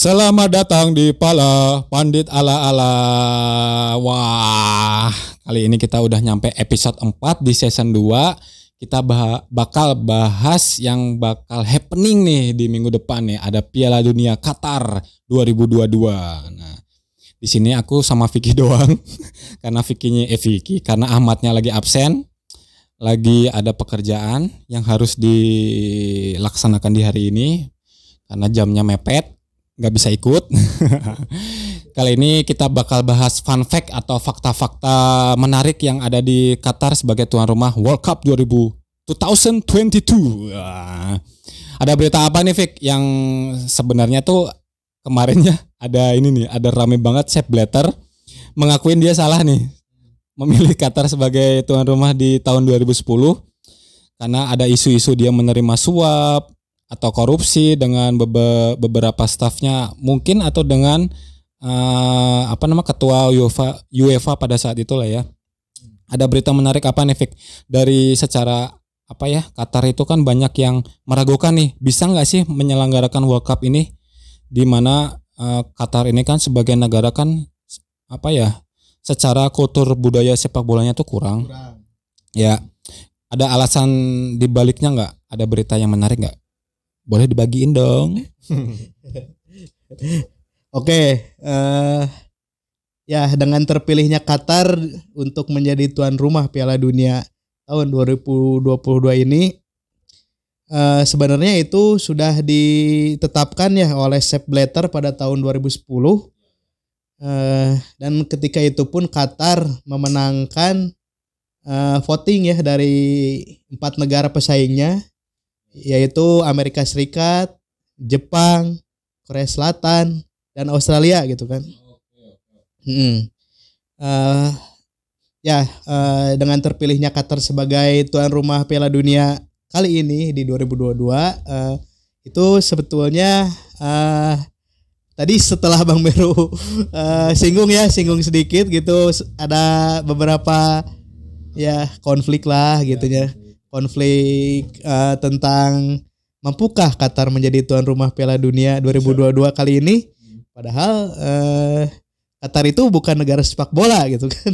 Selamat datang di Pala Pandit Ala-ala. Wah, kali ini kita udah nyampe episode 4 di season 2. Kita bakal bahas yang bakal happening nih di minggu depan nih. Ada Piala Dunia Qatar 2022. Nah, di sini aku sama Vicky doang. Karena karena Ahmadnya lagi absen. Lagi ada pekerjaan yang harus dilaksanakan di hari ini. Karena jamnya mepet. Nggak bisa ikut. Kali ini kita bakal bahas fun fact atau fakta-fakta menarik yang ada di Qatar sebagai tuan rumah World Cup 2022. Wah. Ada berita apa nih, Vic? Yang sebenarnya tuh kemarinnya ada ini nih, ada rame banget Sepp Blatter mengakuin dia salah nih memilih Qatar sebagai tuan rumah di tahun 2010 karena ada isu-isu dia menerima suap atau korupsi dengan beberapa stafnya mungkin atau dengan ketua UEFA pada saat itulah ya. Ada berita menarik apa nih, Vic? Dari secara Qatar itu kan banyak yang meragukan nih, bisa nggak sih menyelenggarakan World Cup ini, di mana Qatar ini kan sebagai negara kan secara kultur budaya sepak bolanya tuh kurang. Ya, ada alasan dibaliknya nggak? Ada berita yang menarik nggak? Boleh dibagiin dong. Oke, dengan terpilihnya Qatar untuk menjadi tuan rumah Piala Dunia tahun 2022 ini, sebenarnya itu sudah ditetapkan ya oleh Sepp Blatter pada tahun 2010. Dan ketika itu pun Qatar memenangkan voting ya dari 4 negara pesaingnya, yaitu Amerika Serikat, Jepang, Korea Selatan, dan Australia gitu kan. Dengan terpilihnya Qatar sebagai tuan rumah Piala Dunia kali ini di 2022, itu sebetulnya tadi setelah Bang Meru singgung sedikit gitu, ada beberapa konflik lah gitu ya. Konflik tentang mampukah Qatar menjadi tuan rumah Piala Dunia 2022 kali ini. Padahal Qatar itu bukan negara sepak bola gitu kan.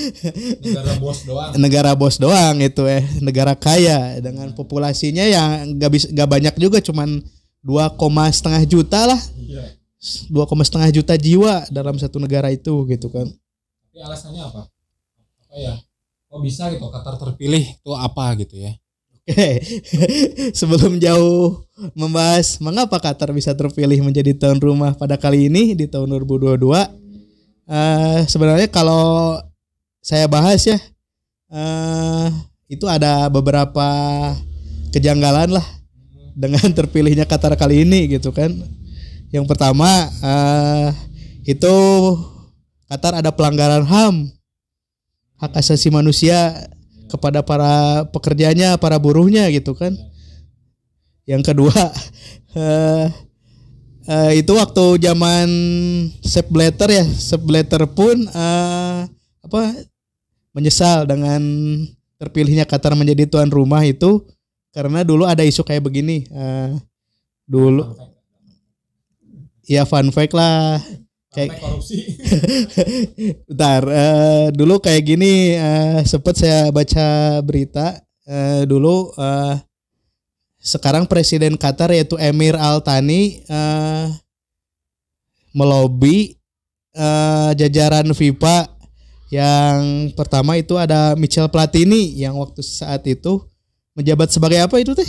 Negara bos doang itu negara kaya dengan populasinya yang gak banyak juga, cuman 2,5 juta lah. 2,5 juta jiwa dalam satu negara itu gitu kan. Tapi alasannya apa? Kok bisa gitu Qatar terpilih itu apa gitu ya? Oke. Sebelum jauh membahas mengapa Qatar bisa terpilih menjadi tuan rumah pada kali ini di tahun 2022, sebenarnya kalau saya bahas ya, itu ada beberapa kejanggalan lah dengan terpilihnya Qatar kali ini gitu kan. Yang pertama, itu Qatar ada pelanggaran HAM, hak asasi manusia kepada para pekerjanya, para buruhnya gitu kan. Yang kedua, itu waktu zaman Sepp Blatter pun menyesal dengan terpilihnya Qatar menjadi tuan rumah itu, karena dulu ada isu kayak begini. Fun fact lah. Kayak korupsi. Bentar, dulu kayak gini, sempat saya baca berita dulu, sekarang Presiden Qatar yaitu Emir Al Thani melobi jajaran FIFA. Yang pertama itu ada Michel Platini yang waktu saat itu menjabat sebagai apa itu teh?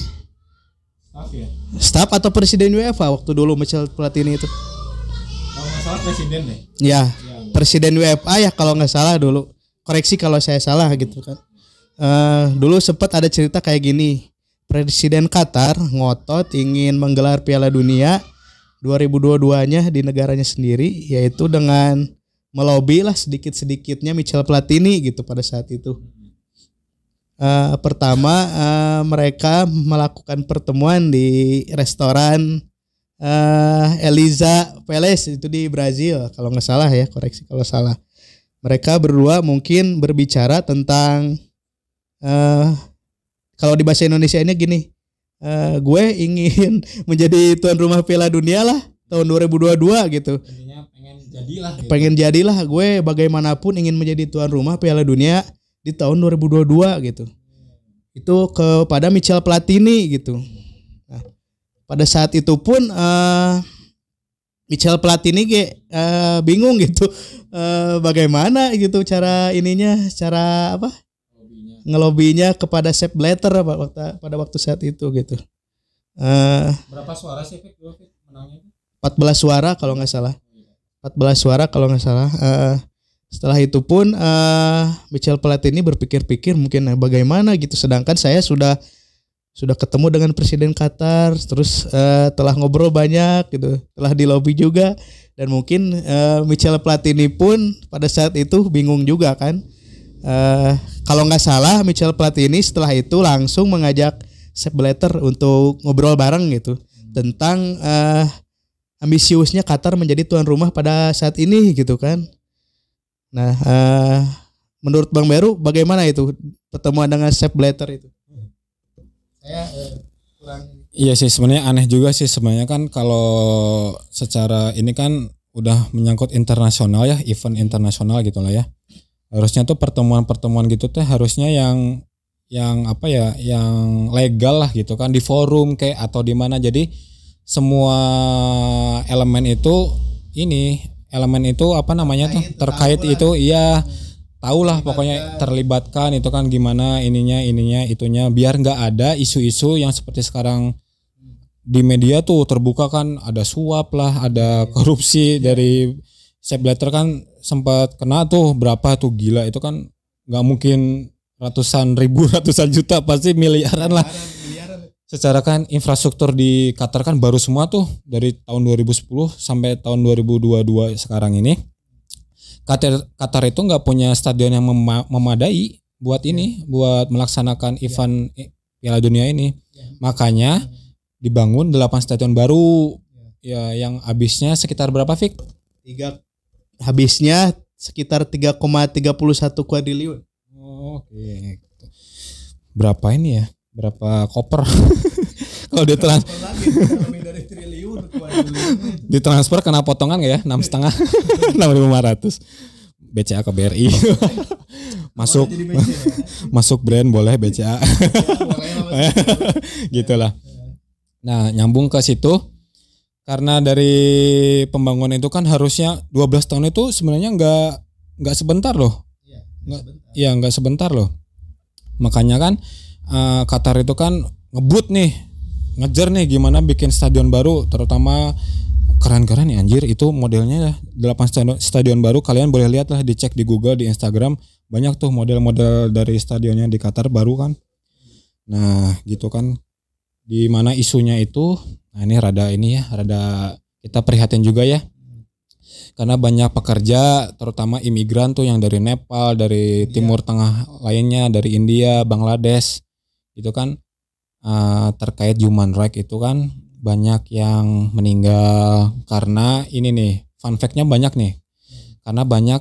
Staf atau Presiden UEFA waktu dulu Michel Platini itu. Salah presiden deh. Ya, Presiden UEFA ya kalau nggak salah dulu. Koreksi kalau saya salah gitu kan. Dulu sempat ada cerita kayak gini. Presiden Qatar ngotot ingin menggelar Piala Dunia 2022-nya di negaranya sendiri, yaitu dengan melobi lah sedikit-sedikitnya Michel Platini gitu pada saat itu. Pertama, mereka melakukan pertemuan di restoran Eliza Palace itu di Brazil kalau nggak salah ya, koreksi kalau salah. Mereka berdua mungkin berbicara tentang kalau di bahasa Indonesia ini gini, gue ingin menjadi tuan rumah Piala Dunia lah tahun 2022 gitu. Intinya pengen jadilah gitu. Pengen jadilah gue bagaimanapun ingin menjadi tuan rumah Piala Dunia di tahun 2022 gitu. Itu kepada Michel Platini gitu. Nah, pada saat itu pun Michel Platini bingung gitu bagaimana gitu cara apa ngelobinya kepada Sepp Blatter pada waktu saat itu gitu. Berapa suara sih Fik menangnya? 14 suara kalau nggak salah. 14 suara kalau nggak salah. Setelah itu pun Michel Platini berpikir-pikir mungkin bagaimana gitu. Sedangkan saya sudah ketemu dengan Presiden Qatar, terus telah ngobrol banyak gitu, telah di lobby juga, dan mungkin Michel Platini pun pada saat itu bingung juga kan. Kalau nggak salah Michel Platini setelah itu langsung mengajak Sepp Blatter untuk ngobrol bareng gitu tentang ambisiusnya Qatar menjadi tuan rumah pada saat ini gitu kan. Nah, menurut Bang Meru bagaimana itu pertemuan dengan Sepp Blatter itu? Saya Iya sih sebenarnya aneh juga sih sebenarnya kan kalau secara ini kan udah menyangkut internasional ya, event internasional gitu lah ya. Harusnya tuh pertemuan-pertemuan gitu tuh harusnya yang apa ya, yang legal lah gitu kan, di forum kayak atau di mana. Jadi semua elemen itu apa namanya tuh terkait itu iya tahulah pokoknya terlibatkan itu kan gimana ininya itunya biar nggak ada isu-isu yang seperti sekarang di media tuh terbuka kan, ada suap lah, ada korupsi dari Sepp Blatter kan sempat kena tuh berapa tuh, gila itu kan nggak mungkin ratusan ribu ratusan juta, pasti miliaran lah. Secara kan infrastruktur di Qatar kan baru semua tuh dari tahun 2010 sampai tahun 2022 sekarang ini. Qatar itu nggak punya stadion yang memadai buat ini, buat melaksanakan event Piala Dunia ini. Makanya dibangun 8 stadion baru ya yang habisnya sekitar berapa Fik? Habisnya sekitar 3,31 kuadriliun. Oh, oke. Berapa ini ya? Berapa koper? Kalau ditransfer kena potongan nggak ya? 6,5 6.500 BCA ke BRI. masuk brand boleh BCA. Gitulah. Nah, nyambung ke situ karena dari pembangunan itu kan harusnya 12 tahun itu sebenarnya nggak sebentar loh. Nggak sebentar loh. Makanya kan Qatar itu kan ngejar nih gimana bikin stadion baru, terutama keren-keren ya anjir itu modelnya 8 stadion baru. Kalian boleh lihat lah, dicek di Google, di Instagram, banyak tuh model-model dari stadionnya di Qatar baru kan. Nah gitu kan, di mana isunya itu, nah ini rada kita prihatin juga ya, karena banyak pekerja terutama imigran tuh yang dari Nepal, dari Timur Tengah lainnya, dari India, Bangladesh itu kan terkait human rights itu kan banyak yang meninggal karena ini nih, fun fact-nya banyak nih, karena banyak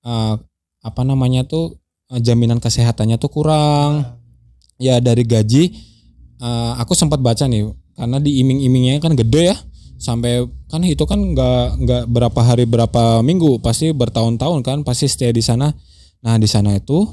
jaminan kesehatannya tuh kurang ya dari gaji. Aku sempat baca nih, karena diiming-imingnya kan gede ya, sampai kan itu kan nggak berapa hari berapa minggu, pasti bertahun-tahun kan pasti stay di sana. Nah di sana itu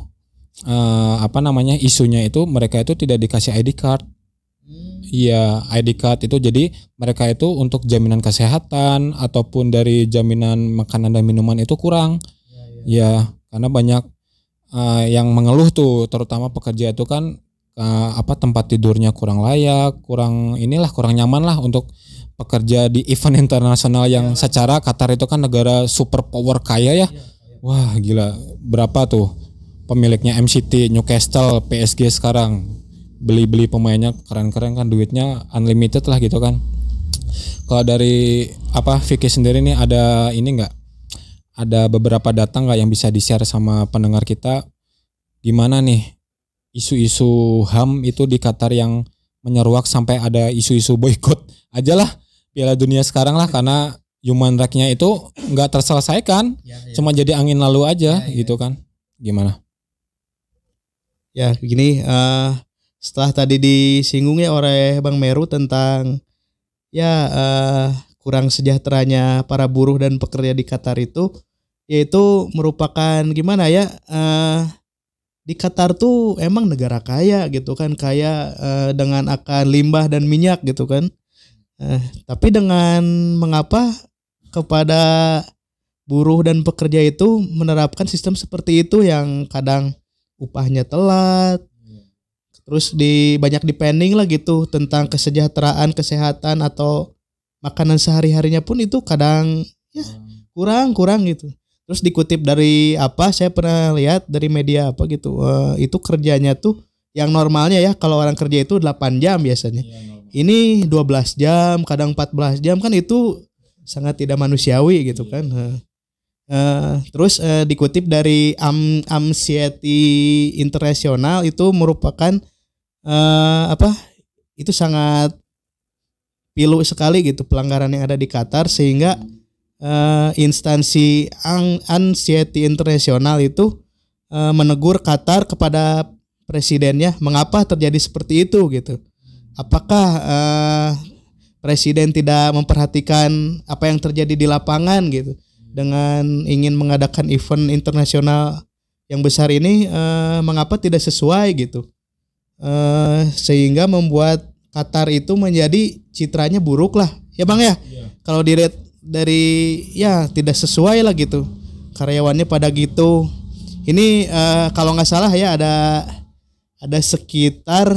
isunya itu mereka itu tidak dikasih ID card. Iya, ID card itu jadi mereka itu untuk jaminan kesehatan ataupun dari jaminan makanan dan minuman itu kurang. Ya, karena banyak yang mengeluh tuh, terutama pekerja itu kan tempat tidurnya kurang layak, kurang nyaman lah untuk pekerja di event internasional yang secara Qatar itu kan negara super power kaya ya. Wah, gila. Berapa tuh pemiliknya MCT, Newcastle, PSG sekarang. Beli pemainnya keren-keren kan, duitnya unlimited lah gitu kan. Kalau dari Vicky sendiri nih ada ini enggak? Ada beberapa data enggak yang bisa di-share sama pendengar kita? Gimana nih isu-isu HAM itu di Qatar yang menyeruak sampai ada isu-isu boykot aja lah Piala Dunia sekarang lah, karena human rights-nya itu enggak terselesaikan. Cuma jadi angin lalu aja gitu kan. Gimana? Ya, begini, setelah tadi disinggung ya oleh Bang Meru tentang kurang sejahteranya para buruh dan pekerja di Qatar itu, yaitu merupakan gimana ya, di Qatar tuh emang negara kaya gitu kan, kaya dengan akan limbah dan minyak gitu kan. Tapi dengan mengapa kepada buruh dan pekerja itu menerapkan sistem seperti itu yang kadang upahnya telat, terus banyak dipending lah gitu tentang kesejahteraan, kesehatan atau makanan sehari-harinya pun itu kadang ya kurang gitu. Terus dikutip dari saya pernah lihat dari media gitu, itu kerjanya tuh yang normalnya ya kalau orang kerja itu 8 jam biasanya. Ini 12 jam, kadang 14 jam, kan itu sangat tidak manusiawi gitu kan. Terus dikutip dari Amnesty International, itu merupakan itu sangat pilu sekali gitu pelanggaran yang ada di Qatar, sehingga instansi Amnesty International itu menegur Qatar kepada presidennya mengapa terjadi seperti itu gitu. Apakah presiden tidak memperhatikan apa yang terjadi di lapangan gitu dengan ingin mengadakan event internasional yang besar ini, mengapa tidak sesuai gitu, sehingga membuat Qatar itu menjadi citranya buruk lah ya Bang ya. Kalau dilihat dari ya tidak sesuai lah gitu, karyawannya pada gitu. Ini kalau nggak salah ya ada sekitar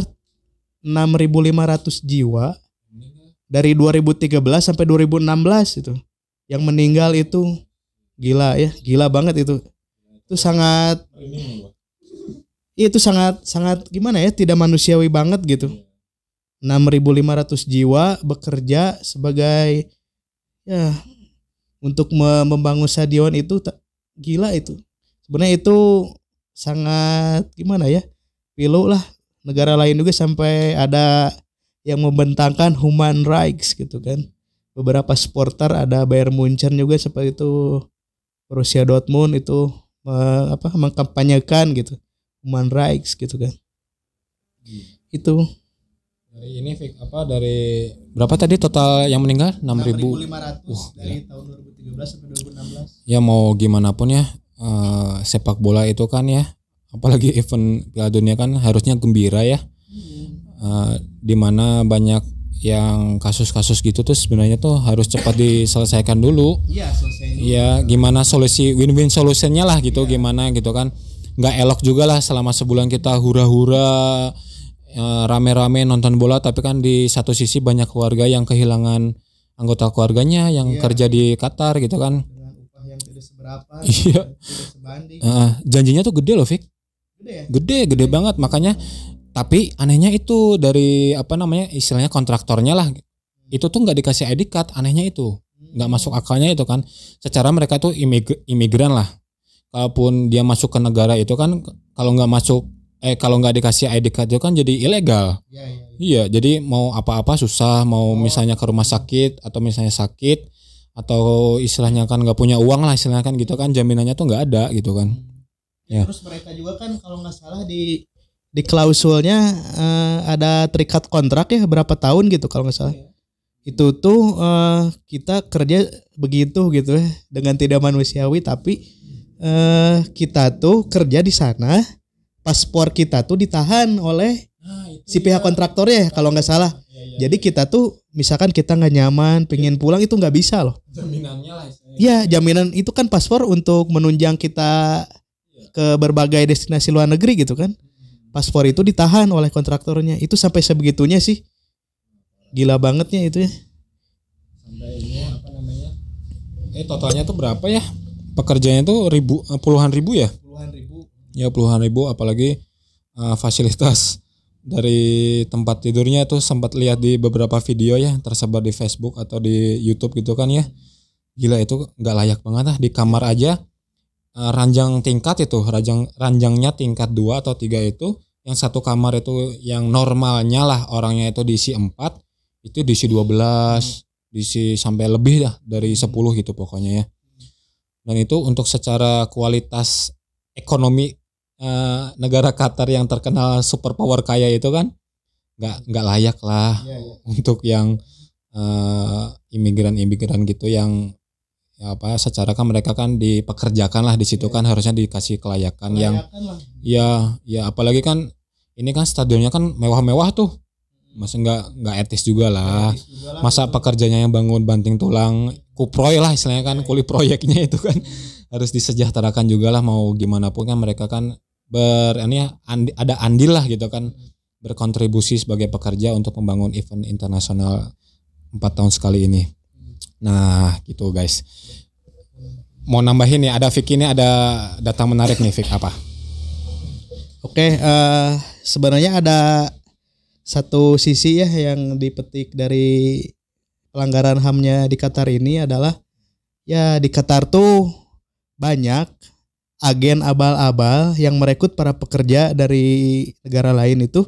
6.500 jiwa dari 2013 sampai 2016 itu yang meninggal. Itu gila ya, gila banget itu sangat, itu sangat gimana ya, tidak manusiawi banget gitu. 6.500 jiwa bekerja sebagai ya untuk membangun stadion itu, gila itu. Sebenarnya itu sangat gimana ya, pilu lah. Negara lain juga sampai ada yang membentangkan human rights gitu kan. Beberapa supporter, ada Bayern Munchen juga seperti itu, Borussia Dortmund itu mengkampanyekan gitu human rights gitu kan. Itu dari ini dari berapa tadi total yang meninggal? 6.500 dari tahun 2013 sampai 2016. Ya mau gimana pun ya, sepak bola itu kan ya, apalagi event Piala Dunia kan harusnya gembira ya. Dimana banyak yang kasus-kasus gitu tuh sebenarnya tuh harus cepat diselesaikan dulu. Iya, selesaiin dulu. Ya gimana solusi win-win solutionnya lah gitu, gimana gitu kan. Nggak elok juga lah selama sebulan kita hura-hura rame-rame nonton bola, tapi kan di satu sisi banyak keluarga yang kehilangan anggota keluarganya yang kerja di Qatar gitu kan. Dengan upah yang tidak seberapa, Iya. tidak sebanding. Janjinya tuh gede loh, Fik. Gede ya? Gede banget, makanya. Tapi anehnya itu dari istilahnya kontraktornya lah, itu tuh nggak dikasih ID card. Anehnya itu nggak masuk akalnya itu kan. Secara mereka tuh imigran lah. Kalaupun dia masuk ke negara itu kan, kalau nggak dikasih ID card itu kan jadi ilegal. Iya, jadi mau apa-apa susah, mau misalnya ke rumah sakit atau misalnya sakit atau istilahnya kan nggak punya uang lah istilahnya kan gitu kan, jaminannya tuh nggak ada gitu kan. Ya. Terus mereka juga kan kalau nggak salah di klausulnya ada terikat kontrak ya berapa tahun gitu kalau nggak salah. Itu tuh kita kerja begitu gitu ya, dengan tidak manusiawi, tapi kita tuh kerja di sana, paspor kita tuh ditahan oleh si pihak kontraktornya kalau nggak salah. Jadi kita tuh misalkan kita nggak nyaman, pengen pulang, itu nggak bisa loh. Jaminannya lah. Iya, jaminan itu kan paspor untuk menunjang kita ke berbagai destinasi luar negeri gitu kan. Paspor itu ditahan oleh kontraktornya. Itu sampai sebegitunya sih. Gila bangetnya itu ya. Sampai ini totalnya tuh berapa ya? Pekerjanya tuh puluhan ribu ya? Puluhan ribu. Ya puluhan ribu, apalagi fasilitas dari tempat tidurnya tuh sempat lihat di beberapa video ya tersebar di Facebook atau di YouTube gitu kan ya. Gila, itu nggak layak banget lah. Di kamar aja ranjang tingkat itu, ranjangnya tingkat 2 atau 3 itu, yang satu kamar itu yang normalnya lah orangnya itu diisi 4, itu diisi 12, diisi sampai lebih dah dari 10 gitu pokoknya ya. Dan itu untuk secara kualitas ekonomi negara Qatar yang terkenal superpower kaya itu kan nggak layak lah untuk yang imigran-imigran gitu yang ya apa secara kan mereka kan dipekerjakan lah di situ kan harusnya dikasih kelayakan yang ya apalagi kan ini kan stadionnya kan mewah-mewah tuh. Masa nggak etis juga lah. Masa pekerjanya yang bangun banting tulang kuproy lah istilahnya kan kuli proyeknya itu kan harus disejahterakan juga lah mau gimana pun kan mereka kan ada andil lah gitu kan berkontribusi sebagai pekerja untuk membangun event internasional 4 tahun sekali ini. Nah gitu guys. Mau nambahin ya ada Vicky ini ada data menarik nih Vick apa? Oke, sebenarnya ada satu sisi ya yang dipetik dari pelanggaran HAM-nya di Qatar ini adalah ya di Qatar tuh banyak agen abal-abal yang merekrut para pekerja dari negara lain itu.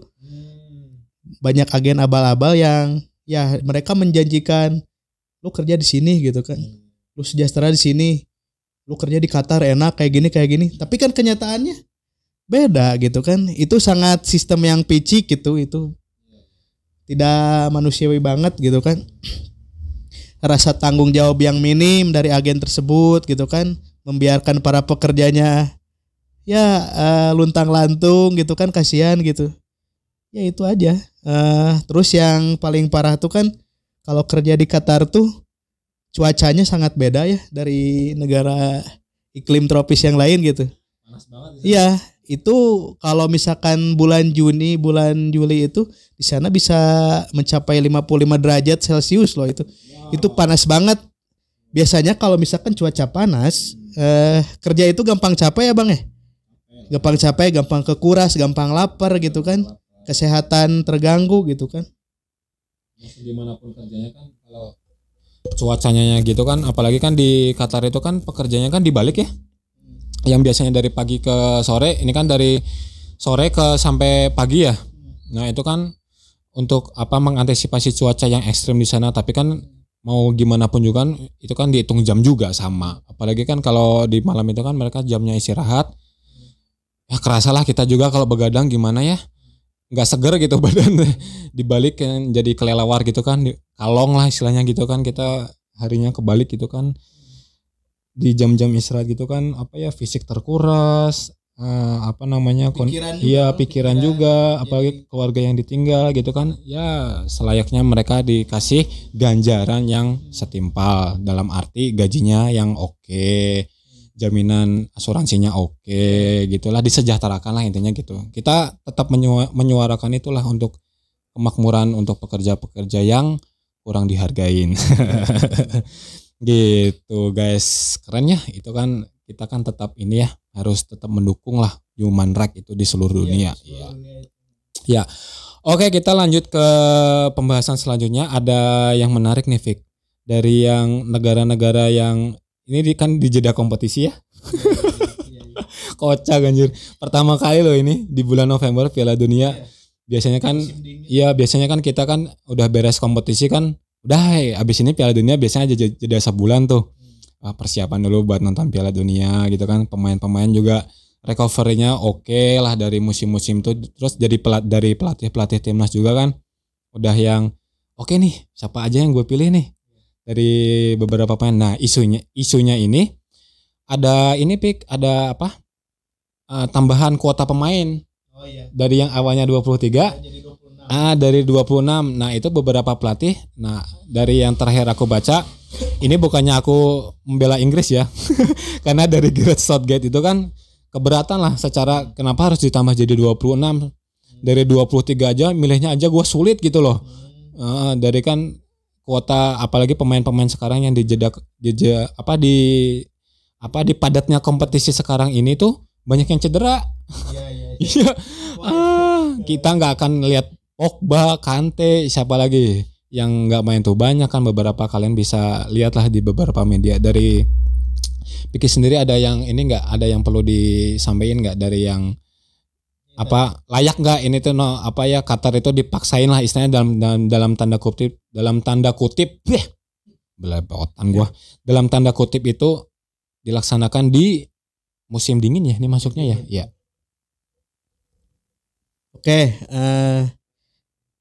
Banyak agen abal-abal yang ya mereka menjanjikan lu kerja di sini gitu kan. Lu sejahtera di sini. Lu kerja di Qatar enak kayak gini. Tapi kan kenyataannya beda gitu kan. Itu sangat sistem yang picik gitu itu. Tidak manusiawi banget gitu kan. Rasa tanggung jawab yang minim dari agen tersebut gitu kan, membiarkan para pekerjanya ya luntang-lantung gitu kan, kasihan gitu. Ya itu aja. Terus yang paling parah tuh kan kalau kerja di Qatar tuh cuacanya sangat beda ya dari negara iklim tropis yang lain gitu. Panas banget. Iya. Itu kalau misalkan bulan Juni, bulan Juli itu di sana bisa mencapai 55 derajat Celcius loh itu. Wow. Itu panas banget. Biasanya kalau misalkan cuaca panas, kerja itu gampang capek ya Bang ya? Gampang capek, gampang kekuras, gampang lapar gitu kan. Kesehatan terganggu gitu kan. Dimanapun kerjanya kan kalau cuacanya gitu kan, apalagi kan di Qatar itu kan pekerjaannya kan dibalik ya. Yang biasanya dari pagi ke sore, ini kan dari sore ke sampai pagi ya. Nah itu kan untuk apa mengantisipasi cuaca yang ekstrim di sana. Tapi kan mau gimana pun juga kan, itu kan dihitung jam juga sama. Apalagi kan kalau di malam itu kan mereka jamnya istirahat. Ya kerasa lah kita juga kalau begadang gimana ya, nggak seger gitu badan. Dibalik kan jadi kelelawar gitu kan, kalong lah istilahnya gitu kan, kita harinya kebalik gitu kan. Di jam-jam istirahat gitu kan apa ya fisik terkuras pikiran juga apalagi keluarga yang ditinggal gitu kan ya selayaknya mereka dikasih ganjaran yang setimpal dalam arti gajinya yang oke, jaminan asuransinya oke, gitulah disejahterakan lah intinya gitu. Kita tetap menyuarakan itulah untuk kemakmuran untuk pekerja-pekerja yang kurang dihargain. Gitu guys, keren ya. Itu kan kita kan tetap ini ya harus tetap mendukung lah human right itu di seluruh dunia. Ya. Oke, kita lanjut ke pembahasan selanjutnya. Ada yang menarik nih Vick, dari yang negara-negara yang ini kan di jeda kompetisi ya. Kocak anjir. Pertama kali loh ini di bulan November Piala Dunia. Biasanya kan kita kan udah beres kompetisi kan udah abis ini Piala Dunia biasanya jeda sebulan tuh persiapan dulu buat nonton Piala Dunia gitu kan. Pemain-pemain juga recovery-nya oke lah dari musim-musim tuh. Terus jadi dari pelatih timnas juga kan udah yang oke nih siapa aja yang gue pilih nih dari beberapa pemain. Nah isunya ini ada ini Pik, ada apa tambahan kuota pemain dari yang awalnya 23 dari 26. Nah itu beberapa pelatih. Nah dari yang terakhir aku baca, ini bukannya aku membela Inggris ya, karena dari Gareth Southgate itu kan keberatan lah secara kenapa harus ditambah jadi 26. Dari 23 aja milihnya aja gue sulit gitu loh. Dari kan kuota apalagi pemain-pemain sekarang yang di padatnya kompetisi sekarang ini tuh banyak yang cedera. Iya. Kita nggak akan lihat Pogba, Kante, siapa lagi yang nggak main tuh banyak kan beberapa kalian bisa lihatlah di beberapa media. Dari Piki sendiri ada yang ini nggak, ada yang perlu disampaikan nggak dari yang apa layak nggak ini tuh Qatar itu dipaksain lah istilahnya dalam tanda kutip belepotan gua dalam tanda kutip itu dilaksanakan di musim dingin ya ini masuknya ya. Oke,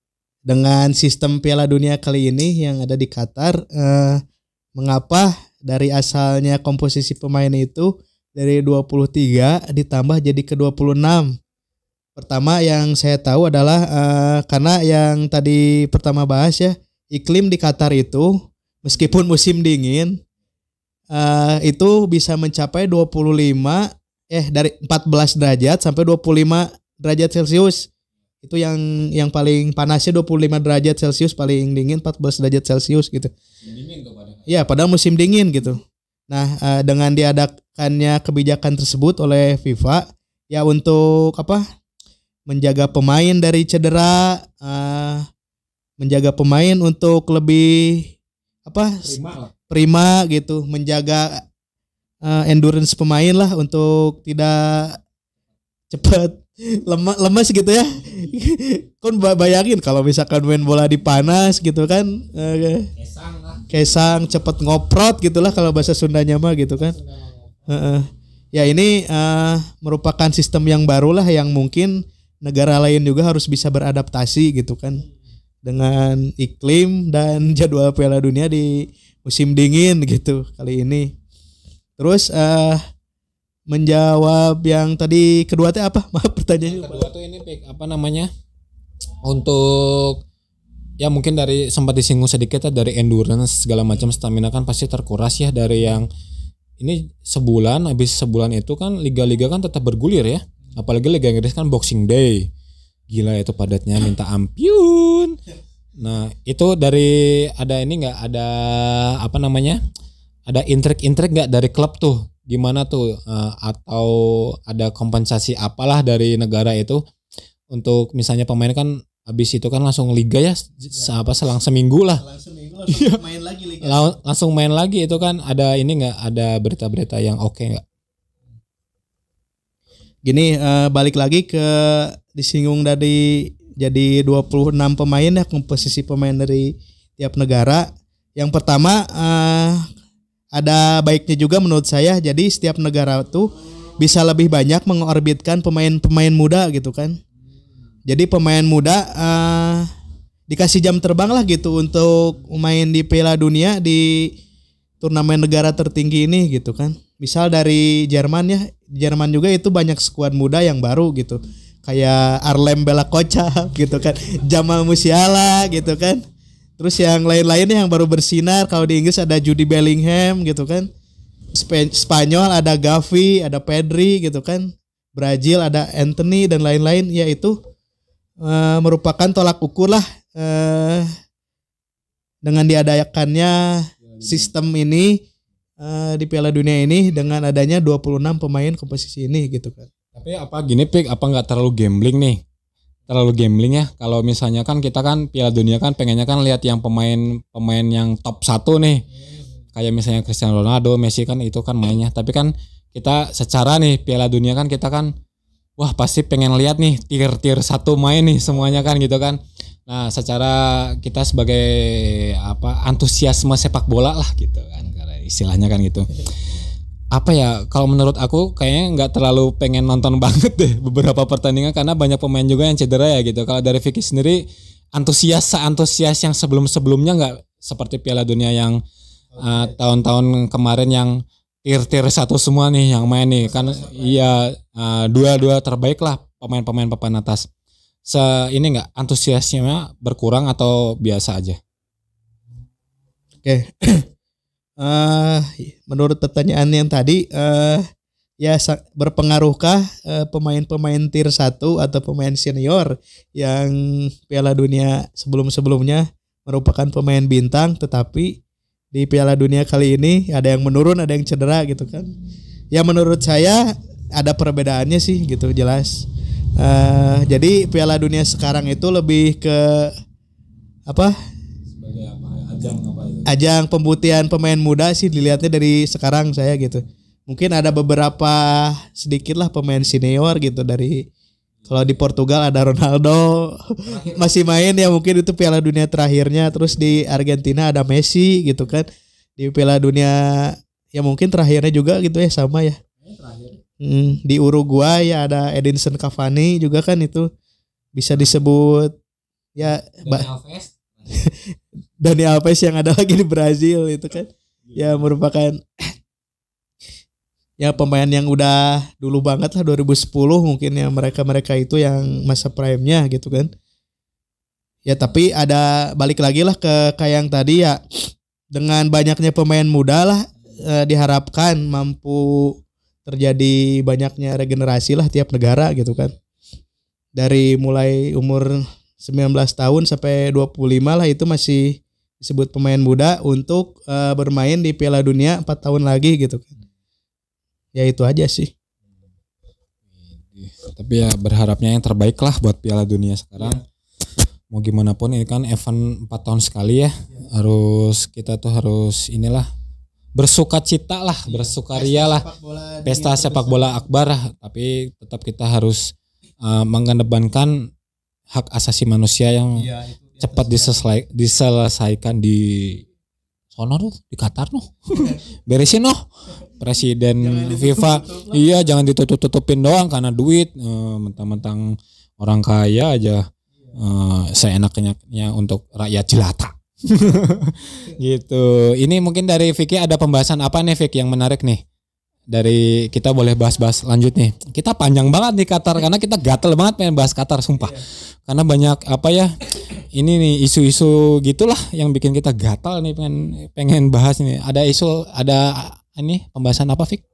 dengan sistem Piala Dunia kali ini yang ada di Qatar, mengapa dari asalnya komposisi pemain itu dari 23 ditambah jadi ke 26? Pertama yang saya tahu adalah karena yang tadi pertama bahas ya, iklim di Qatar itu meskipun musim dingin itu bisa mencapai 25 dari 14 derajat sampai 25 derajat Celcius. Itu yang paling panasnya 25 derajat Celcius, paling dingin 14 derajat Celcius gitu. Dingin tuh padahal. Iya, padahal musim dingin gitu. Nah, dengan diadakannya kebijakan tersebut oleh FIFA ya untuk menjaga pemain dari cedera, menjaga pemain untuk lebih prima gitu, menjaga endurance pemain lah untuk tidak cepat lemas gitu ya. Kon bayangin kalau misalkan main bola di panas gitu kan, kesang cepet ngoprot gitulah kalau bahasa Sundanya mah gitu kan. Ya ini merupakan sistem yang baru lah yang mungkin negara lain juga harus bisa beradaptasi gitu kan dengan iklim dan jadwal Piala Dunia di musim dingin gitu kali ini. Terus menjawab yang tadi kedua teh apa? Maaf pertanyaannya. Kedua tuh ini untuk ya mungkin dari sempat disinggung sedikit ya, dari endurance segala macam stamina kan pasti terkuras ya dari yang ini habis sebulan itu kan liga-liga kan tetap bergulir ya. Apalagi Liga Inggris kan Boxing Day. Gila itu padatnya minta ampun. Nah, itu dari ada ini enggak ada ada intrik-intrik enggak dari klub tuh? Gimana tuh atau ada kompensasi apalah dari negara itu untuk misalnya pemain kan habis itu kan langsung liga ya selang seminggu lah. Langsung main lagi liga. Langsung main lagi itu kan ada ini enggak ada berita-berita yang oke enggak? Gini balik lagi ke disinggung dari jadi 26 pemain ya komposisi pemain dari tiap negara. Yang pertama ada baiknya juga menurut saya. Jadi setiap negara tuh bisa lebih banyak mengorbitkan pemain-pemain muda gitu kan. Jadi pemain muda dikasih jam terbang lah gitu untuk main di Piala Dunia di turnamen negara tertinggi ini gitu kan. Misal dari Jerman ya, Jerman juga itu banyak skuad muda yang baru gitu. Kayak Arlem Bella Kocap gitu kan, Jamal Musiala gitu kan. Terus yang lain-lainnya yang baru bersinar, kalau di Inggris ada Jude Bellingham gitu kan. Spanyol ada Gavi, ada Pedri gitu kan. Brazil ada Anthony dan lain-lain, yaitu merupakan tolak ukur lah dengan diadakannya sistem ini di Piala Dunia ini dengan adanya 26 pemain komposisi ini gitu kan. Tapi apa gini Pik, apa nggak terlalu gambling nih? Terlalu gambling ya. Kalau misalnya kan kita kan Piala Dunia kan pengennya kan lihat yang pemain yang top 1 nih. Kayak misalnya Cristiano Ronaldo, Messi kan itu kan mainnya. Tapi kan kita secara nih Piala Dunia kan kita kan wah pasti pengen lihat nih tier 1 main nih semuanya kan gitu kan. Nah, secara kita sebagai antusiasme sepak bola lah gitu kan. Karena istilahnya kan gitu. Apa ya, kalau menurut aku kayaknya nggak terlalu pengen nonton banget deh beberapa pertandingan karena banyak pemain juga yang cedera ya gitu. Kalau dari Vicky sendiri antusias yang sebelum-sebelumnya nggak seperti Piala Dunia yang tahun-tahun kemarin yang tier 1 semua nih yang main nih kan. Iya, dua terbaik lah pemain-pemain papan atas. Ini nggak antusiasnya berkurang atau biasa aja? Oke. Menurut pertanyaan yang tadi ya berpengaruhkah pemain-pemain tier 1 atau pemain senior yang Piala Dunia sebelum-sebelumnya merupakan pemain bintang tetapi di Piala Dunia kali ini ada yang menurun, ada yang cedera gitu kan. Ya menurut saya ada perbedaannya sih gitu jelas. Jadi Piala Dunia sekarang itu lebih ke ajang pembuktian pemain muda sih dilihatnya dari sekarang saya gitu. Mungkin ada beberapa sedikit lah pemain senior gitu dari kalau di Portugal ada Ronaldo masih main ya mungkin itu Piala Dunia terakhirnya. Terus di Argentina ada Messi gitu kan. Di Piala Dunia ya mungkin terakhirnya juga gitu ya sama ya. Di Uruguay ya ada Edinson Cavani juga kan itu bisa disebut Ya Dani Alves. Dani Alves yang ada lagi di Brazil itu kan. Ya merupakan ya pemain yang udah dulu banget lah 2010 mungkin ya mereka itu yang masa prime-nya gitu kan. Ya tapi ada balik lagi lah ke kayak yang tadi ya dengan banyaknya pemain muda lah diharapkan mampu terjadi banyaknya regenerasi lah tiap negara gitu kan. Dari mulai umur 19 tahun sampai 25 lah itu masih disebut pemain muda untuk bermain di Piala Dunia 4 tahun lagi gitu kan. Ya itu aja sih. Tapi ya berharapnya yang terbaik lah buat Piala Dunia sekarang. Mau gimana pun ini kan event 4 tahun sekali ya. Harus kita tuh harus inilah bersukacita lah, bersukaria lah. Pesta sepak bola akbar, tapi tetap kita harus mengedepankan hak asasi manusia yang cepat diselesaikan di sono tuh di Qatar noh. Beresin noh. Presiden FIFA jangan ditutup-tutupin doang karena duit, mentang-mentang orang kaya aja seenaknya untuk rakyat jelata. Gitu. Ini mungkin dari Vicky ada pembahasan apa nih Vicky yang menarik nih? Dari kita boleh bahas-bahas lanjut nih. Kita panjang banget di Qatar karena kita gatel banget pengen bahas Qatar sumpah. Karena banyak apa ya? Ini nih isu-isu gitulah yang bikin kita gatal nih pengen bahas nih. Ada isu, ada ini pembahasan apa Vick?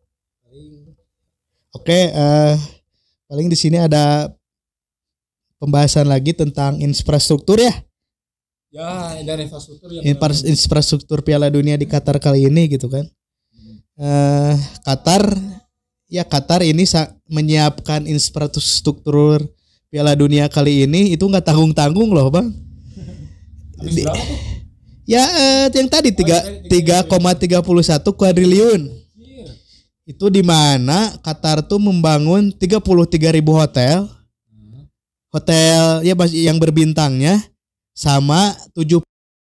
Oke, paling di sini ada pembahasan lagi tentang infrastruktur ya. Ya, dari infrastruktur ya. Infrastruktur Piala Dunia di Qatar kali ini gitu kan. Qatar ini menyiapkan infrastruktur Piala Dunia kali ini itu nggak tanggung-tanggung loh bang. Yang tadi 3,31 kuadriliun. Itu di mana Qatar tuh membangun 33.000 hotel. Hotel ya yang berbintangnya sama 7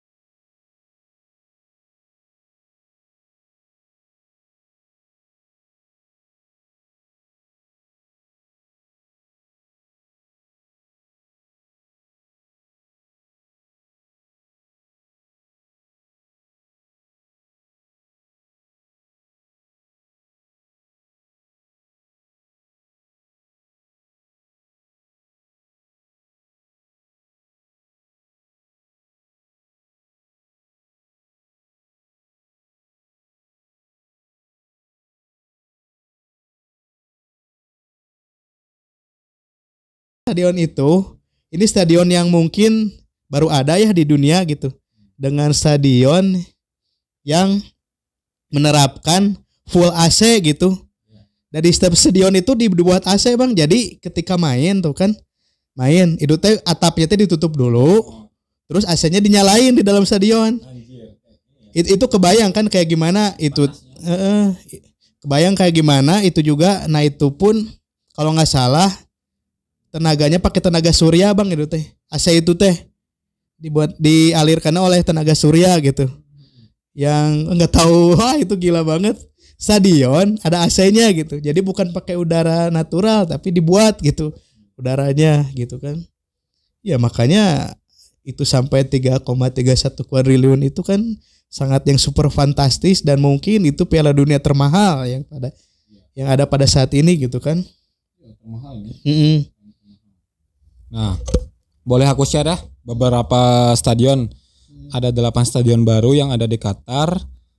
stadion itu, ini stadion yang mungkin baru ada ya di dunia gitu. Dengan stadion yang menerapkan full AC gitu. Dari setiap stadion itu dibuat AC bang. Jadi ketika main tuh kan, itu teh atapnya teh ditutup dulu, terus AC-nya dinyalain di dalam stadion. Itu kebayang kan kayak gimana itu? Kebayang kayak gimana itu juga. Nah itu pun kalau nggak salah tenaganya pakai tenaga surya bang itu teh. AC itu teh dialirkan oleh tenaga surya gitu. Yang nggak tahu, wah itu gila banget. Stadion ada AC-nya gitu. Jadi bukan pakai udara natural tapi dibuat gitu udaranya gitu kan. Ya makanya itu sampai 3,31 kuadriliun itu kan sangat yang super fantastis dan mungkin itu Piala Dunia termahal yang ada pada saat ini gitu kan. Termahal nih. Nah, boleh aku share ya beberapa stadion. Ada 8 stadion baru yang ada di Qatar.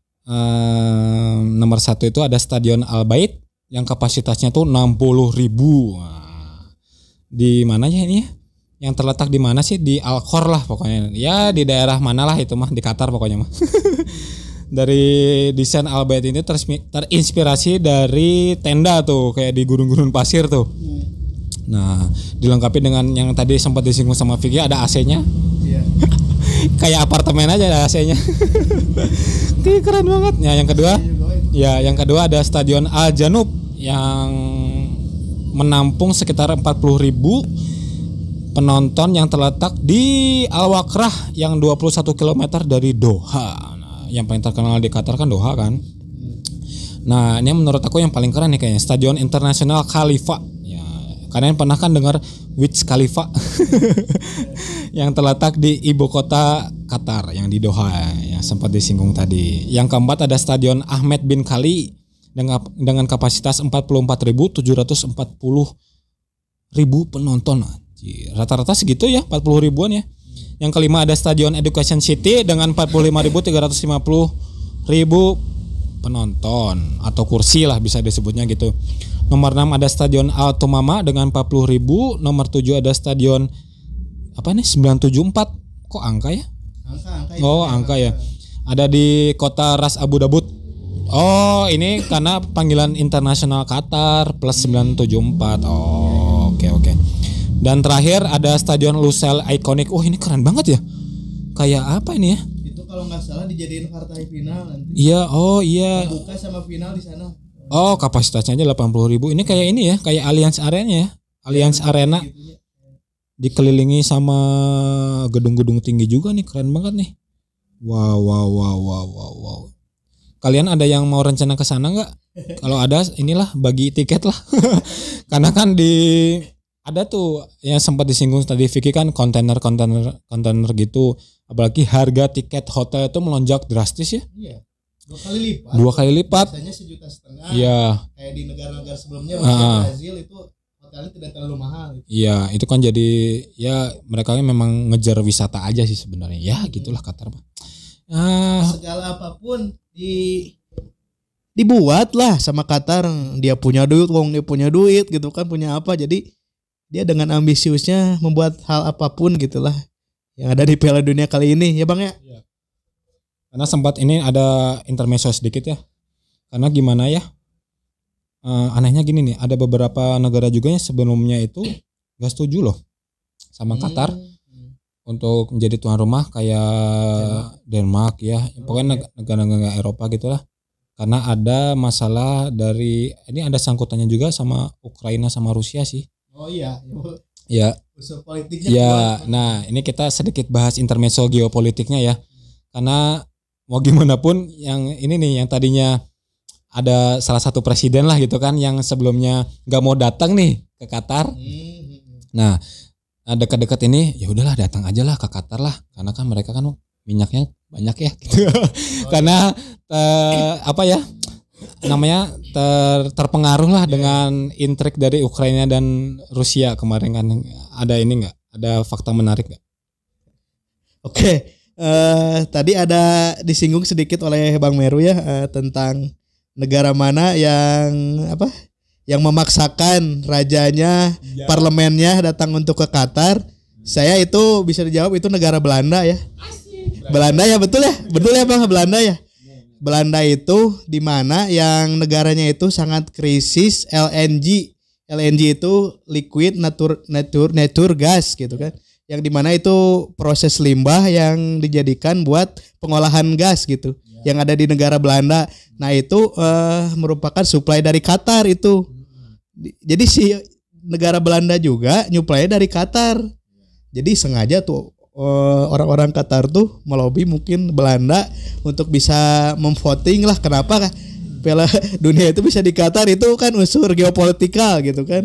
Nomor 1 itu ada Stadion Al Bayt yang kapasitasnya tuh 60.000. Nah, di mana ya ini? Yang terletak di mana sih? Di Al Khor lah pokoknya. Ya di daerah mana lah itu mah di Qatar pokoknya mah. Dari desain Al Bayt ini terinspirasi dari tenda tuh kayak di gurun-gurun pasir tuh. Nah, dilengkapi dengan yang tadi sempat disinggung sama Vicky ada AC-nya. Iya. Kayak apartemen aja ada AC-nya. Keren banget. Ya, yang kedua ada Stadion Al Janub yang menampung sekitar 40.000 penonton yang terletak di Al Wakrah yang 21 km dari Doha. Nah, yang paling terkenal di Qatar kan Doha kan. Nah, ini menurut aku yang paling keren nih kayaknya Stadion Internasional Khalifa. Kalian pernah kan dengar Wiz Khalifa? yang terletak di ibu kota Qatar yang di Doha yang sempat disinggung tadi. Yang keempat ada Stadion Ahmed bin Khalid dengan kapasitas 44.740 ribu penonton. Rata-rata segitu ya, 40 ribuan ya. Yang kelima ada Stadion Education City dengan 45.350 ribu penonton atau kursi lah bisa disebutnya gitu. Nomor 6 ada Stadion Al Tumama dengan 40 ribu. Nomor 7 ada Stadion apa nih 974. Kok angka ya? Angka ya. Ada di kota Ras Abu Dabut. Oh, ini karena panggilan internasional Qatar plus 974. Oh, oke. Dan terakhir ada Stadion Lusail Iconic. Oh, ini keren banget ya. Kayak apa ini ya? Itu kalau nggak salah dijadiin partai final nanti. Iya, oh iya. Buka sama final di sana. Oh, kapasitasnya aja 80 ribu. Ini kayak ini ya, kayak Allianz Arena ya. Allianz Arena. Dikelilingi sama gedung-gedung tinggi juga nih, keren banget nih. Wow. Kalian ada yang mau rencana ke sana nggak? Kalau ada, inilah bagi tiket lah. Karena kan ada tuh yang sempat disinggung tadi Vicky kan kontainer gitu. Apalagi harga tiket hotel itu melonjak drastis ya. Iya. 2 kali lipat. 2 kali lipat. Biasanya 1,5 juta. Iya. Kayak di negara-negara sebelumnya, Brazil itu hotelnya tidak terlalu mahal. Iya, itu kan jadi ya mereka memang ngejar wisata aja sih sebenarnya. Ya, gitulah Qatar, Pak. Segala apapun dibuat lah sama Qatar. Dia punya duit gitu kan, punya apa. Jadi dia dengan ambisiusnya membuat hal apapun gitulah yang ada di Piala Dunia kali ini ya Bang ya. Iya. Karena sempat ini ada intermezzo sedikit ya. Karena gimana ya? Anehnya gini nih, ada beberapa negara juga yang sebelumnya itu gak setuju loh sama Qatar untuk menjadi tuan rumah kayak Denmark ya. Pokoknya negara-negara Eropa gitulah. Karena ada masalah ini ada sangkutannya juga sama Ukraina sama Rusia sih. Oh iya. Ya. Unsur politiknya. Ya, nah ini kita sedikit bahas intermezzo geopolitiknya ya. Karena mau gimana pun yang ini nih yang tadinya ada salah satu presiden lah gitu kan yang sebelumnya nggak mau datang nih ke Qatar. Nah, dekat-dekat ini ya udahlah datang aja lah ke Qatar lah karena kan mereka kan minyaknya banyak ya gitu. Karena terpengaruh lah dengan intrik dari Ukraina dan Rusia kemarin kan. Ada ini nggak? Ada fakta menarik nggak? Oke. Tadi ada disinggung sedikit oleh Bang Meru ya tentang negara mana yang memaksakan rajanya, parlemennya datang untuk ke Qatar. Saya itu bisa dijawab itu negara Belanda ya. Belanda ya betul ya Bang, Belanda ya. Belanda itu di mana yang negaranya itu sangat krisis LNG. LNG itu liquid nature gas gitu kan. Yang dimana itu proses limbah yang dijadikan buat pengolahan gas gitu, yang ada di negara Belanda. Nah itu merupakan suplai dari Qatar itu. Jadi si negara Belanda juga nyuplai dari Qatar. Jadi sengaja tuh orang-orang Qatar tuh melobi mungkin Belanda untuk bisa memvoting lah kenapa Piala Dunia itu bisa di Qatar, itu kan unsur geopolitikal gitu kan.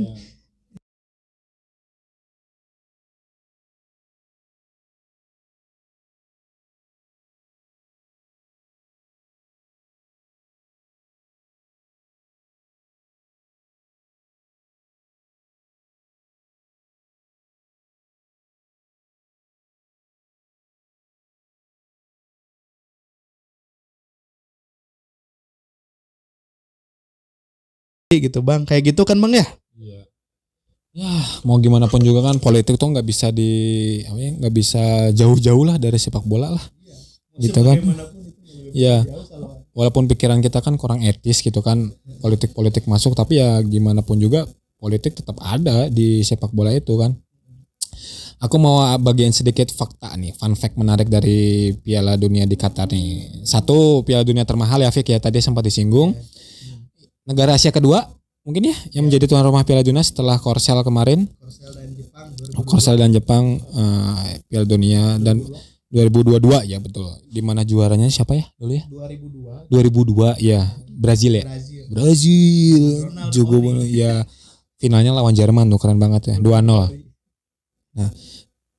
Gitu Bang, kayak gitu kan Bang ya. Iya. Ya mau gimana pun juga kan politik tuh nggak bisa nggak bisa jauh-jauh lah dari sepak bola lah. Gitu kan. Ya walaupun pikiran kita kan kurang etis gitu kan, politik masuk, tapi ya gimana pun juga politik tetap ada di sepak bola itu kan. Aku mau bagian sedikit fakta nih, fun fact menarik dari Piala Dunia di Qatar nih. Satu, Piala Dunia termahal ya Fik ya, tadi sempat disinggung. Negara Asia kedua mungkin ya yang menjadi tuan rumah Piala Dunia setelah Korsel kemarin. Korsel dan Jepang Piala Dunia dan 2022 ya betul. Di mana juaranya siapa ya dulu ya? 2002 ya, Brazil ya. Brazil. Juga ya finalnya lawan Jerman tuh keren banget ya, 2-0.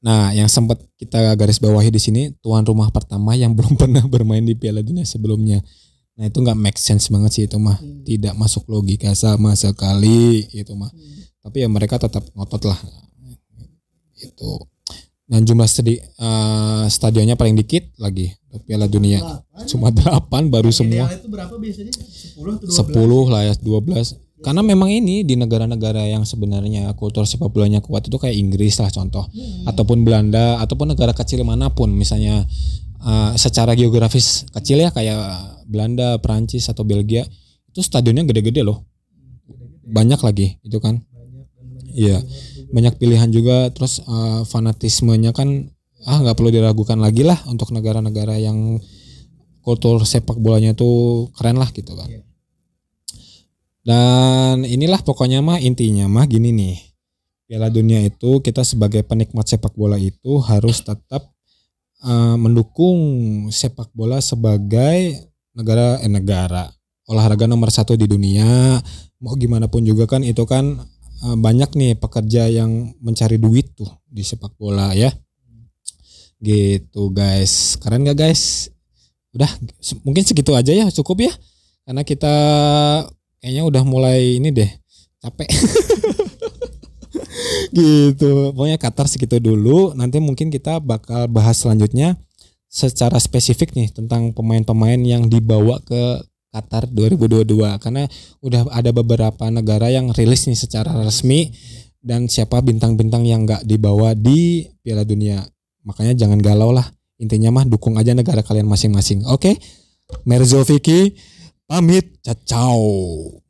Nah, yang sempat kita garis bawahi di sini tuan rumah pertama yang belum pernah bermain di Piala Dunia sebelumnya. Nah, itu nggak make sense banget sih itu mah. Tidak masuk logika sama sekali itu mah. Tapi ya mereka tetap ngotot lah. Itu. Dan jumlah stadionnya paling dikit lagi Piala Dunia. Cuma 8 baru semua. Ideal itu berapa biasanya? 10 atau 10 lah ya, 12. Karena memang ini di negara-negara yang sebenarnya kultur sepak bolanya kuat itu kayak Inggris lah contoh, ataupun Belanda, ataupun negara kecil manapun, misalnya secara geografis kecil ya kayak Belanda, Perancis atau Belgia, itu stadionnya gede-gede loh, banyak lagi itu kan, iya banyak pilihan juga, terus fanatismenya kan nggak perlu diragukan lagi lah untuk negara-negara yang kultur sepak bolanya tuh keren lah gitu kan. Dan inilah pokoknya mah intinya mah gini nih. Piala Dunia itu kita sebagai penikmat sepak bola itu harus tetap mendukung sepak bola sebagai negara olahraga nomor 1 di dunia. Mau gimana pun juga kan itu kan banyak nih pekerja yang mencari duit tuh di sepak bola ya. Gitu guys. Keren gak guys? Udah mungkin segitu aja ya, cukup ya. Karena kita kayaknya udah mulai ini deh capek gitu. Pokoknya Qatar segitu dulu. Nanti mungkin kita bakal bahas selanjutnya secara spesifik nih tentang pemain-pemain yang dibawa ke Qatar 2022. Karena udah ada beberapa negara yang rilis nih secara resmi dan siapa bintang-bintang yang gak dibawa di Piala Dunia. Makanya jangan galau lah. Intinya mah dukung aja negara kalian masing-masing. Oke? Merzo Vicky pamit, ciao.